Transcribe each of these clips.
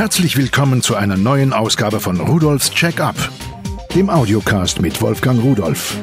Herzlich willkommen zu einer neuen Ausgabe von Rudolfs Check-up, dem Audiocast mit Wolfgang Rudolf.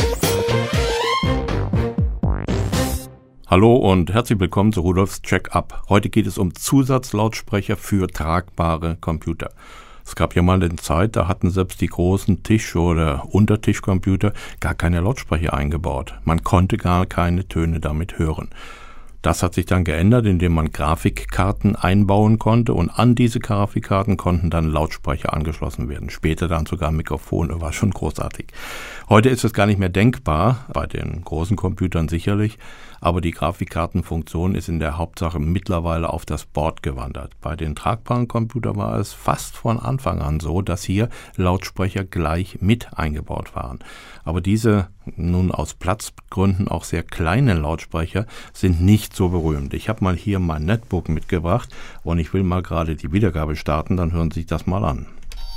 Hallo und herzlich willkommen zu Rudolfs Check-up. Heute geht es um Zusatzlautsprecher für tragbare Computer. Es gab ja mal eine Zeit, da hatten selbst die großen Tisch- oder Untertischcomputer gar keine Lautsprecher eingebaut. Man konnte gar keine Töne damit hören. Das hat sich dann geändert, indem man Grafikkarten einbauen konnte und an diese Grafikkarten konnten dann Lautsprecher angeschlossen werden. Später dann sogar Mikrofone, war schon großartig. Heute ist es gar nicht mehr denkbar, bei den großen Computern sicherlich, aber die Grafikkartenfunktion ist in der Hauptsache mittlerweile auf das Board gewandert. Bei den tragbaren Computern war es fast von Anfang an so, dass hier Lautsprecher gleich mit eingebaut waren. Aber diese nun aus Platzgründen auch sehr kleine Lautsprecher sind nicht so berühmt. Ich habe mal hier mein Netbook mitgebracht und ich will mal gerade die Wiedergabe starten, dann hören Sie sich das mal an.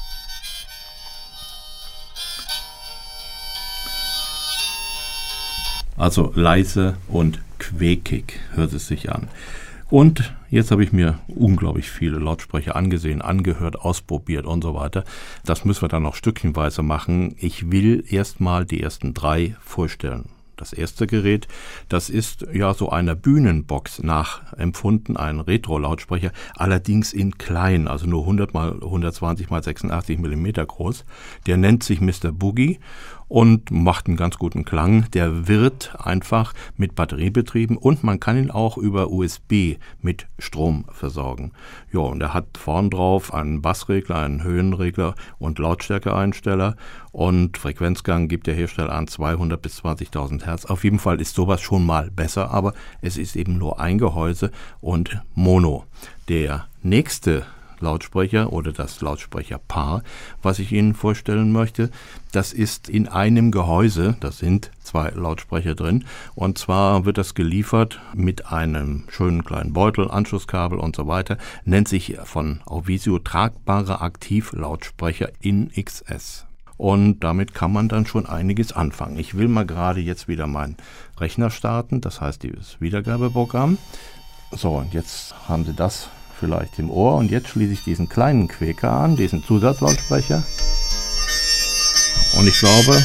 Also leise und quäkig hört es sich an. Und jetzt habe ich mir unglaublich viele Lautsprecher angesehen, angehört, ausprobiert und so weiter. Das müssen wir dann noch stückchenweise machen. Ich will erstmal die ersten 3 vorstellen. Das erste Gerät, das ist ja so einer Bühnenbox nachempfunden, ein Retro-Lautsprecher, allerdings in klein, also nur 100 x 120 x 86 mm groß. Der nennt sich Mr. Boogie und macht einen ganz guten Klang. Der wird einfach mit Batterie betrieben und man kann ihn auch über USB mit Strom versorgen. Ja, und er hat vorn drauf einen Bassregler, einen Höhenregler und Lautstärkeeinsteller und Frequenzgang gibt der Hersteller an 200 bis 20.000 Hertz. Auf jeden Fall ist sowas schon mal besser, aber es ist eben nur ein Gehäuse und Mono. Der nächste Lautsprecher oder das Lautsprecherpaar, was ich Ihnen vorstellen möchte, das ist in einem Gehäuse, da sind 2 Lautsprecher drin und zwar wird das geliefert mit einem schönen kleinen Beutel, Anschlusskabel und so weiter, nennt sich von Auvisio tragbare Aktivlautsprecher in XS. Und damit kann man dann schon einiges anfangen. Ich will mal gerade jetzt wieder meinen Rechner starten, das heißt dieses Wiedergabeprogramm. So, und jetzt haben Sie das vielleicht im Ohr und jetzt schließe ich diesen kleinen Quäker an, diesen Zusatzlautsprecher und ich glaube,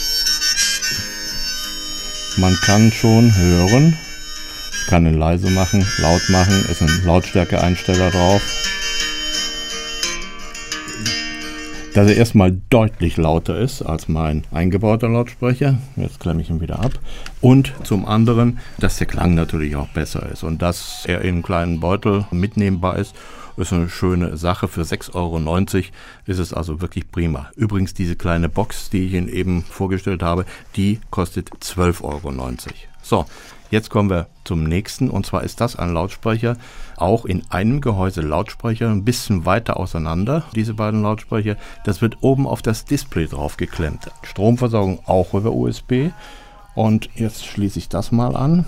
man kann schon hören, ich kann ihn leise machen, laut machen, ist ein Lautstärkeeinsteller drauf, dass er erstmal deutlich lauter ist als mein eingebauter Lautsprecher. Jetzt klemme ich ihn wieder ab. Und zum anderen, dass der Klang natürlich auch besser ist. Und dass er in einem kleinen Beutel mitnehmbar ist eine schöne Sache. Für 6,90 € ist es also wirklich prima. Übrigens, diese kleine Box, die ich Ihnen eben vorgestellt habe, die kostet 12,90 €. So, jetzt kommen wir zum nächsten und zwar ist das ein Lautsprecher, auch in einem Gehäuse Lautsprecher, ein bisschen weiter auseinander, diese beiden Lautsprecher. Das wird oben auf das Display drauf geklemmt. Stromversorgung auch über USB und jetzt schließe ich das mal an.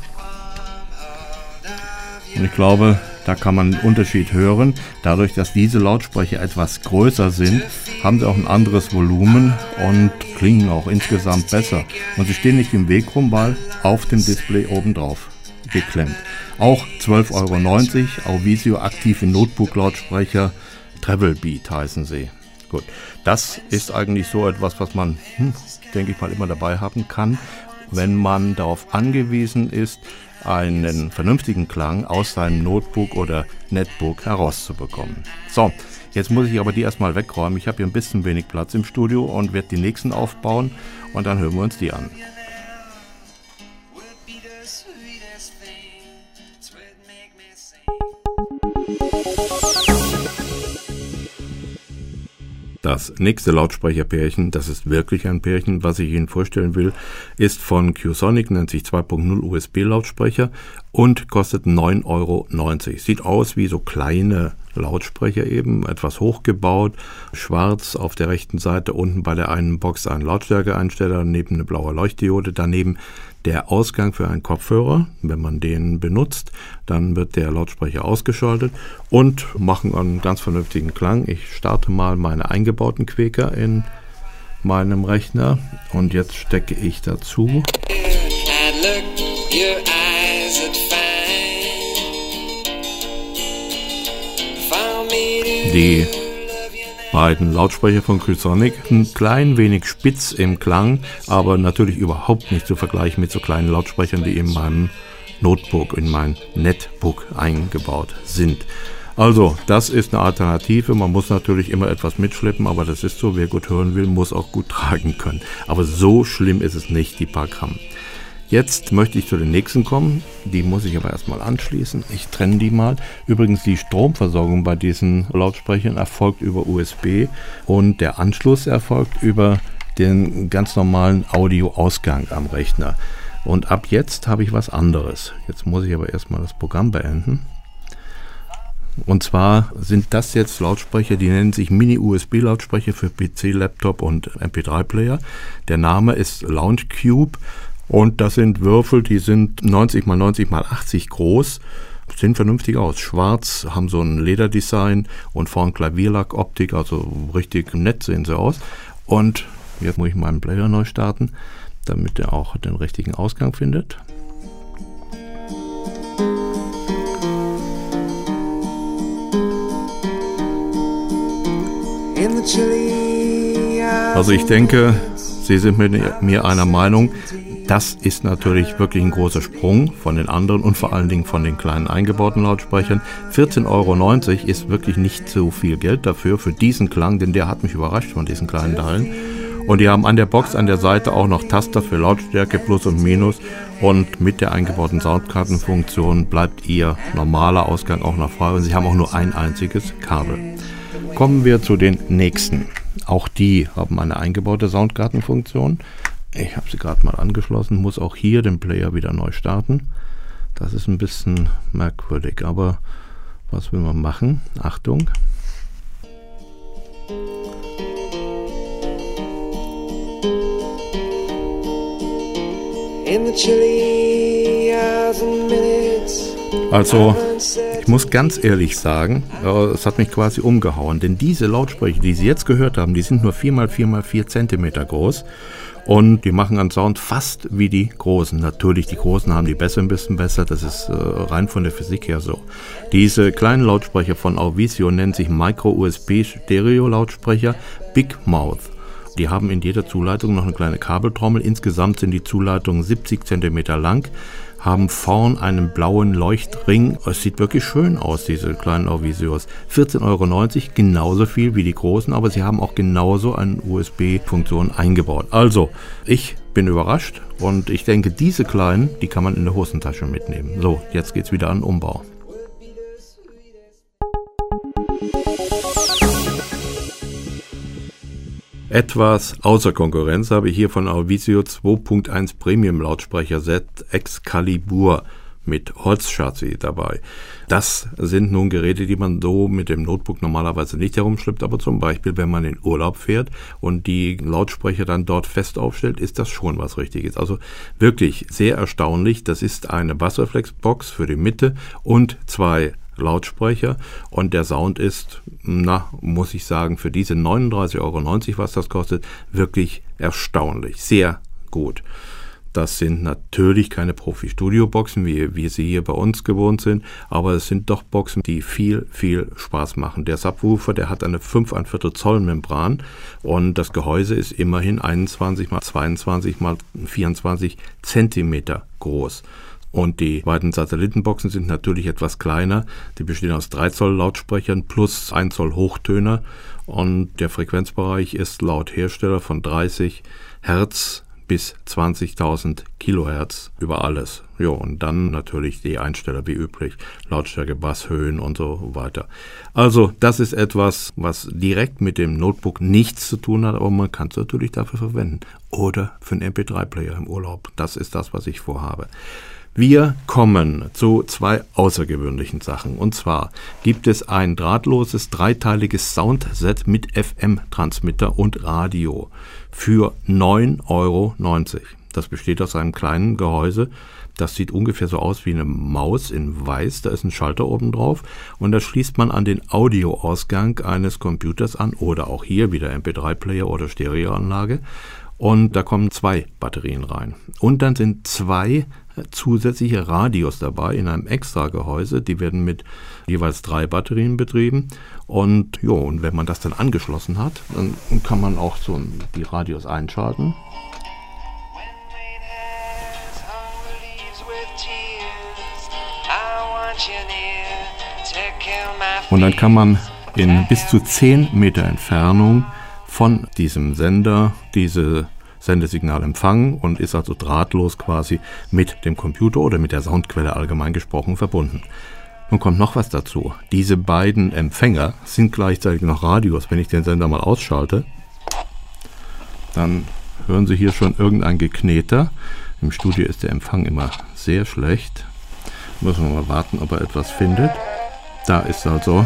Und ich glaube, da kann man den Unterschied hören. Dadurch, dass diese Lautsprecher etwas größer sind, haben sie auch ein anderes Volumen und klingen auch insgesamt besser. Und sie stehen nicht im Weg rum, weil auf dem Display oben drauf geklemmt. Auch 12,90 €, Auvisio aktive Notebook-Lautsprecher, Travel Beat heißen sie. Gut, das ist eigentlich so etwas, was man, denke ich mal, immer dabei haben kann, wenn man darauf angewiesen ist, einen vernünftigen Klang aus seinem Notebook oder Netbook herauszubekommen. So, jetzt muss ich aber die erstmal wegräumen. Ich habe hier ein bisschen wenig Platz im Studio und werde die nächsten aufbauen und dann hören wir uns die an. Das nächste Lautsprecherpärchen, das ist wirklich ein Pärchen, was ich Ihnen vorstellen will, ist von QSonic, nennt sich 2.0 USB-Lautsprecher und kostet 9,90 €. Sieht aus wie so kleine Lautsprecher eben, etwas hochgebaut, schwarz auf der rechten Seite, unten bei der einen Box ein Lautstärkeeinsteller, neben eine blaue Leuchtdiode, daneben der Ausgang für einen Kopfhörer. Wenn man den benutzt, dann wird der Lautsprecher ausgeschaltet und machen einen ganz vernünftigen Klang. Ich starte mal meine eingebauten Quäker in meinem Rechner und jetzt stecke ich dazu Die beiden Lautsprecher von Creasonic, ein klein wenig spitz im Klang, aber natürlich überhaupt nicht zu vergleichen mit so kleinen Lautsprechern, die in meinem Notebook, in mein Netbook eingebaut sind. Also, das ist eine Alternative. Man muss natürlich immer etwas mitschleppen, aber das ist so, wer gut hören will, muss auch gut tragen können. Aber so schlimm ist es nicht, die paar Gramm. Jetzt möchte ich zu den nächsten kommen. Die muss ich aber erstmal anschließen. Ich trenne die mal. Übrigens, die Stromversorgung bei diesen Lautsprechern erfolgt über USB und der Anschluss erfolgt über den ganz normalen Audioausgang am Rechner. Und ab jetzt habe ich was anderes. Jetzt muss ich aber erstmal das Programm beenden. Und zwar sind das jetzt Lautsprecher, die nennen sich Mini-USB-Lautsprecher für PC, Laptop und MP3-Player. Der Name ist Launch Cube. Und das sind Würfel, die sind 90 x 90 x 80 groß, sehen vernünftig aus. Schwarz, haben so ein Lederdesign und vorne Klavierlack-Optik, also richtig nett sehen sie aus. Und jetzt muss ich meinen Player neu starten, damit er auch den richtigen Ausgang findet. Also ich denke, Sie sind mit mir einer Meinung. Das ist natürlich wirklich ein großer Sprung von den anderen und vor allen Dingen von den kleinen eingebauten Lautsprechern. 14,90 € ist wirklich nicht so viel Geld dafür, für diesen Klang, denn der hat mich überrascht von diesen kleinen Teilen. Und die haben an der Box an der Seite auch noch Taster für Lautstärke, Plus und Minus. Und mit der eingebauten Soundkartenfunktion bleibt Ihr normaler Ausgang auch noch frei. Und Sie haben auch nur ein einziges Kabel. Kommen wir zu den nächsten. Auch die haben eine eingebaute Soundkartenfunktion. Ich habe sie gerade mal angeschlossen, muss auch hier den Player wieder neu starten. Das ist ein bisschen merkwürdig, aber was will man machen? Achtung. Also, ich muss ganz ehrlich sagen, es hat mich quasi umgehauen, denn diese Lautsprecher, die Sie jetzt gehört haben, die sind nur 4x4x4 cm groß. Und die machen einen Sound fast wie die Großen. Natürlich, die Großen haben die besser, ein bisschen besser. Das ist rein von der Physik her so. Diese kleinen Lautsprecher von Auvisio nennen sich Micro-USB-Stereo-Lautsprecher Big Mouth. Die haben in jeder Zuleitung noch eine kleine Kabeltrommel. Insgesamt sind die Zuleitungen 70 cm lang, haben vorn einen blauen Leuchtring. Es sieht wirklich schön aus, diese kleinen Auvisios. 14,90 €, genauso viel wie die großen, aber sie haben auch genauso eine USB-Funktion eingebaut. Also, ich bin überrascht und ich denke, diese kleinen, die kann man in der Hosentasche mitnehmen. So, jetzt geht's wieder an Umbau. Etwas außer Konkurrenz habe ich hier von Auvisio 2.1 Premium Lautsprecher Set Excalibur mit Holzchassis dabei. Das sind nun Geräte, die man so mit dem Notebook normalerweise nicht herumschleppt, aber zum Beispiel, wenn man in Urlaub fährt und die Lautsprecher dann dort fest aufstellt, ist das schon was Richtiges. Also wirklich sehr erstaunlich. Das ist eine Bassreflexbox für die Mitte und 2 Lautsprecher und der Sound ist, muss ich sagen, für diese 39,90 €, was das kostet, wirklich erstaunlich, sehr gut. Das sind natürlich keine Profi-Studio-Boxen, wie sie hier bei uns gewohnt sind, aber es sind doch Boxen, die viel, viel Spaß machen. Der Subwoofer, der hat eine 5¼ Zoll Membran und das Gehäuse ist immerhin 21 x 22 x 24 Zentimeter groß. Und die beiden Satellitenboxen sind natürlich etwas kleiner. Die bestehen aus 3 Zoll Lautsprechern plus 1 Zoll Hochtöner. Und der Frequenzbereich ist laut Hersteller von 30 Hertz bis 20.000 Kilohertz über alles. Ja, und dann natürlich die Einsteller wie üblich. Lautstärke, Bass, Höhen und so weiter. Also das ist etwas, was direkt mit dem Notebook nichts zu tun hat, aber man kann es natürlich dafür verwenden. Oder für einen MP3-Player im Urlaub. Das ist das, was ich vorhabe. Wir kommen zu 2 außergewöhnlichen Sachen. Und zwar gibt es ein drahtloses, dreiteiliges Soundset mit FM-Transmitter und Radio für 9,90 €. Das besteht aus einem kleinen Gehäuse. Das sieht ungefähr so aus wie eine Maus in weiß. Da ist ein Schalter oben drauf und da schließt man an den Audioausgang eines Computers an oder auch hier wieder MP3-Player oder Stereoanlage. und da kommen 2 Batterien rein. Und dann sind 2 zusätzliche Radios dabei in einem Extragehäuse, die werden mit jeweils 3 Batterien betrieben. Und wenn man das dann angeschlossen hat, dann kann man auch so die Radios einschalten. Und dann kann man in bis zu 10 Meter Entfernung von diesem Sender diese Sendesignal empfangen und ist also drahtlos quasi mit dem Computer oder mit der Soundquelle allgemein gesprochen verbunden. Nun kommt noch was dazu. Diese beiden Empfänger sind gleichzeitig noch Radios. Wenn ich den Sender mal ausschalte, dann hören Sie hier schon irgendein Gekneter. Im Studio ist der Empfang immer sehr schlecht. Müssen wir mal warten, ob er etwas findet. Da ist also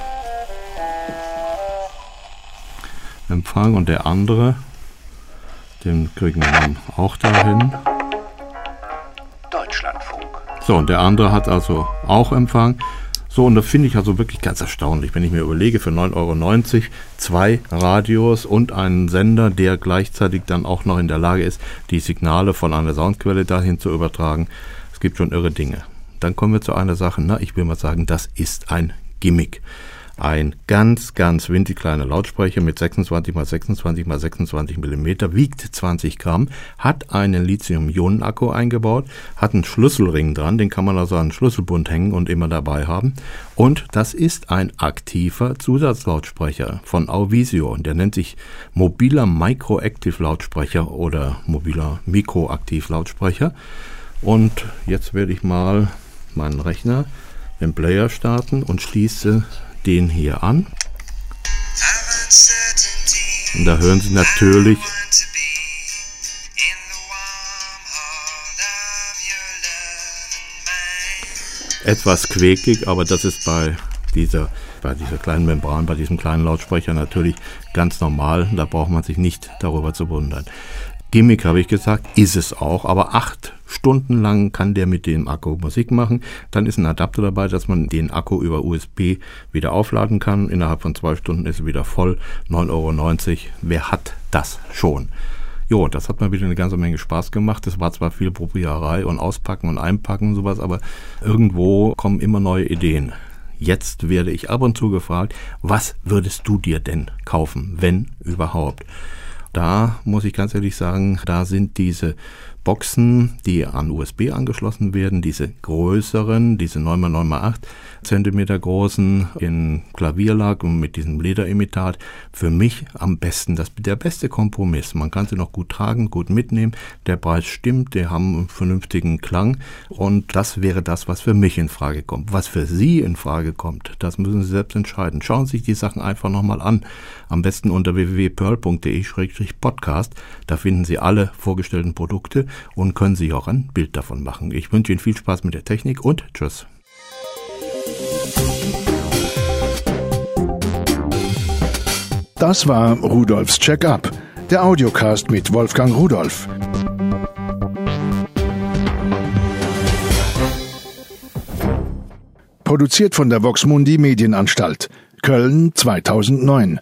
Empfang und der andere, den kriegen wir dann auch dahin. Deutschlandfunk. So, und der andere hat also auch Empfang. So, und das finde ich also wirklich ganz erstaunlich, wenn ich mir überlege, für 9,90 € 2 Radios und einen Sender, der gleichzeitig dann auch noch in der Lage ist, die Signale von einer Soundquelle dahin zu übertragen. Es gibt schon irre Dinge. Dann kommen wir zu einer Sache, ich will mal sagen, das ist ein Gimmick. Ein ganz, ganz winzig kleiner Lautsprecher mit 26 x 26 x 26 mm, wiegt 20 Gramm, hat einen Lithium-Ionen-Akku eingebaut, hat einen Schlüsselring dran, den kann man also an einen Schlüsselbund hängen und immer dabei haben. Und das ist ein aktiver Zusatzlautsprecher von Auvisio. Der nennt sich mobiler Microactive-Lautsprecher oder mobiler Mikroaktiv-Lautsprecher. Und jetzt werde ich mal meinen Rechner, den Player starten und schließe den hier an. Und da hören Sie natürlich etwas quäkig, aber das ist bei dieser kleinen Membran, bei diesem kleinen Lautsprecher natürlich ganz normal. Da braucht man sich nicht darüber zu wundern. Gimmick habe ich gesagt, ist es auch, aber 8 Stunden lang kann der mit dem Akku Musik machen. Dann ist ein Adapter dabei, dass man den Akku über USB wieder aufladen kann. Innerhalb von 2 Stunden ist er wieder voll. 9,90 €. Wer hat das schon? Jo, das hat mal wieder eine ganze Menge Spaß gemacht. Es war zwar viel Probiererei und Auspacken und Einpacken und sowas, aber irgendwo kommen immer neue Ideen. Jetzt werde ich ab und zu gefragt, was würdest du dir denn kaufen, wenn überhaupt? Da muss ich ganz ehrlich sagen, da sind diese Boxen, die an USB angeschlossen werden, diese größeren, diese 9x9x8 Zentimeter großen in Klavierlack und mit diesem Lederimitat, für mich am besten, der beste Kompromiss. Man kann sie noch gut tragen, gut mitnehmen, der Preis stimmt, die haben einen vernünftigen Klang und das wäre das, was für mich in Frage kommt. Was für Sie in Frage kommt, das müssen Sie selbst entscheiden. Schauen Sie sich die Sachen einfach nochmal an. Am besten unter www.pearl.de/podcast. Da finden Sie alle vorgestellten Produkte und können sich auch ein Bild davon machen. Ich wünsche Ihnen viel Spaß mit der Technik und tschüss. Das war Rudolfs Check-up, der Audiocast mit Wolfgang Rudolf. Produziert von der Vox Mundi Medienanstalt, Köln 2009.